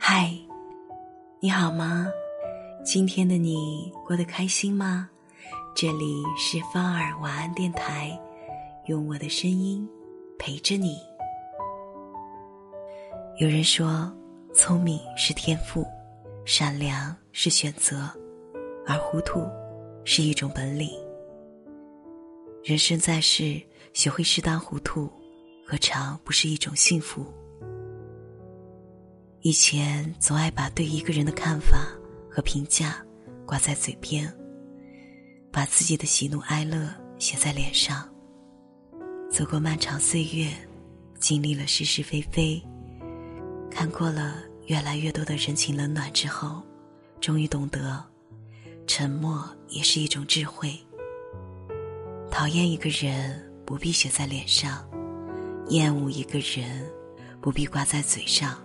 嗨，你好吗？今天的你过得开心吗？这里是芳儿晚安电台，用我的声音陪着你。有人说，聪明是天赋，善良是选择，而糊涂是一种本领。人生在世，学会适当糊涂，何尝不是一种幸福？以前总爱把对一个人的看法和评价挂在嘴边，把自己的喜怒哀乐写在脸上。走过漫长岁月，经历了是是非非，看过了越来越多的人情冷暖之后，终于懂得，沉默也是一种智慧。讨厌一个人不必写在脸上，厌恶一个人不必挂在嘴上。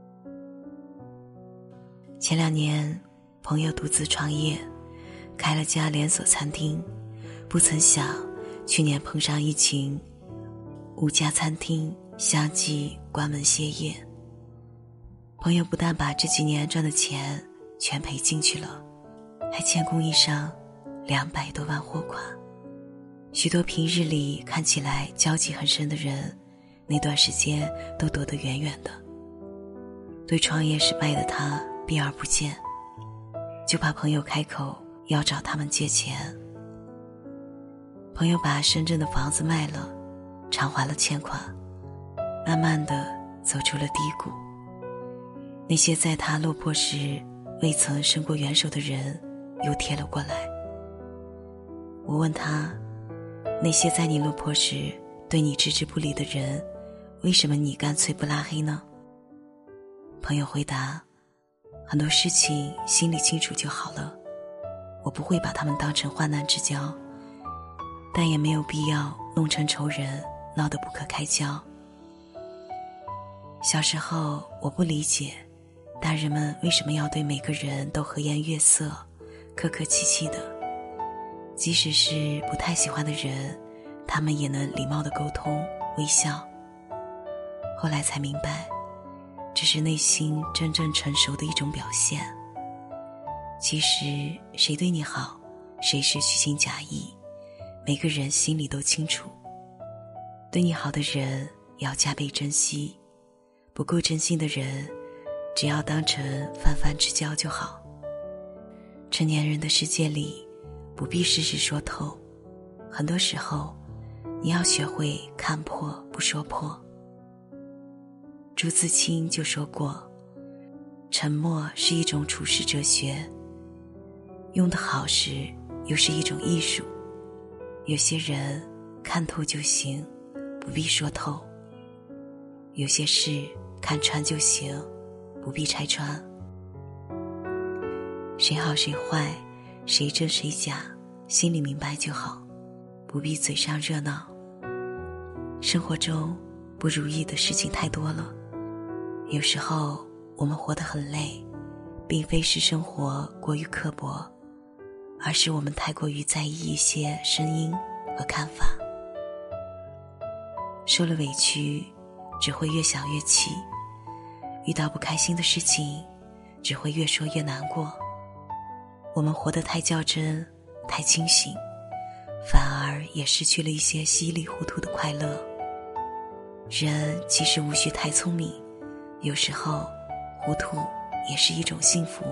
前2年，朋友独自创业，开了家连锁餐厅，不曾想去年碰上疫情，5家餐厅相继关门歇业。朋友不但把这几年赚的钱全赔进去了，还欠供应商200多万货款。许多平日里看起来交集很深的人，那段时间都躲得远远的。对创业失败的他避而不见，就怕朋友开口要找他们借钱。朋友把深圳的房子卖了，偿还了欠款，慢慢地走出了低谷。那些在他落魄时未曾伸过援手的人又贴了过来。我问他，那些在你落魄时对你置之不理的人，为什么你干脆不拉黑呢？朋友回答，很多事情心里清楚就好了，我不会把他们当成患难之交，但也没有必要弄成仇人，闹得不可开交。小时候我不理解大人们为什么要对每个人都和颜悦色，客客气气的，即使是不太喜欢的人，他们也能礼貌地沟通微笑。后来才明白，这是内心真正成熟的一种表现。其实谁对你好，谁是虚情假意，每个人心里都清楚。对你好的人要加倍珍惜，不够真心的人只要当成泛泛之交就好。成年人的世界里，不必事事说透，很多时候你要学会看破不说破。朱自清就说过，沉默是一种处世哲学，用得好时又是一种艺术。有些人看透就行，不必说透；有些事看穿就行，不必拆穿。谁好谁坏，谁真谁假，心里明白就好，不必嘴上热闹。生活中不如意的事情太多了，有时候我们活得很累，并非是生活过于刻薄，而是我们太过于在意一些声音和看法。受了委屈只会越想越气，遇到不开心的事情只会越说越难过。我们活得太较真，太清醒，反而也失去了一些稀里糊涂的快乐。人其实无需太聪明，有时候糊涂也是一种幸福。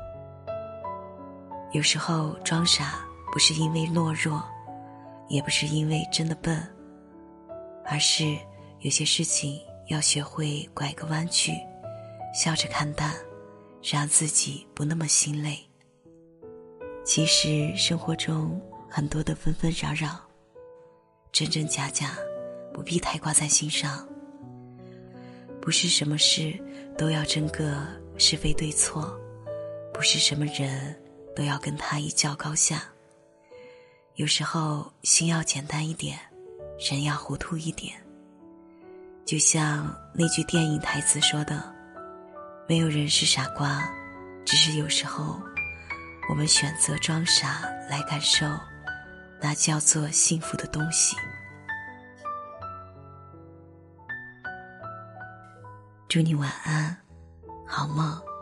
有时候装傻不是因为懦弱，也不是因为真的笨，而是有些事情要学会拐个弯去，笑着看淡，让自己不那么心累。其实生活中很多的纷纷扰扰，真真假假，不必太挂在心上。不是什么事都要争个是非对错，不是什么人都要跟他一较高下。有时候心要简单一点，人要糊涂一点。就像那句电影台词说的，没有人是傻瓜，只是有时候我们选择装傻来感受那叫做幸福的东西。祝你晚安， 好梦。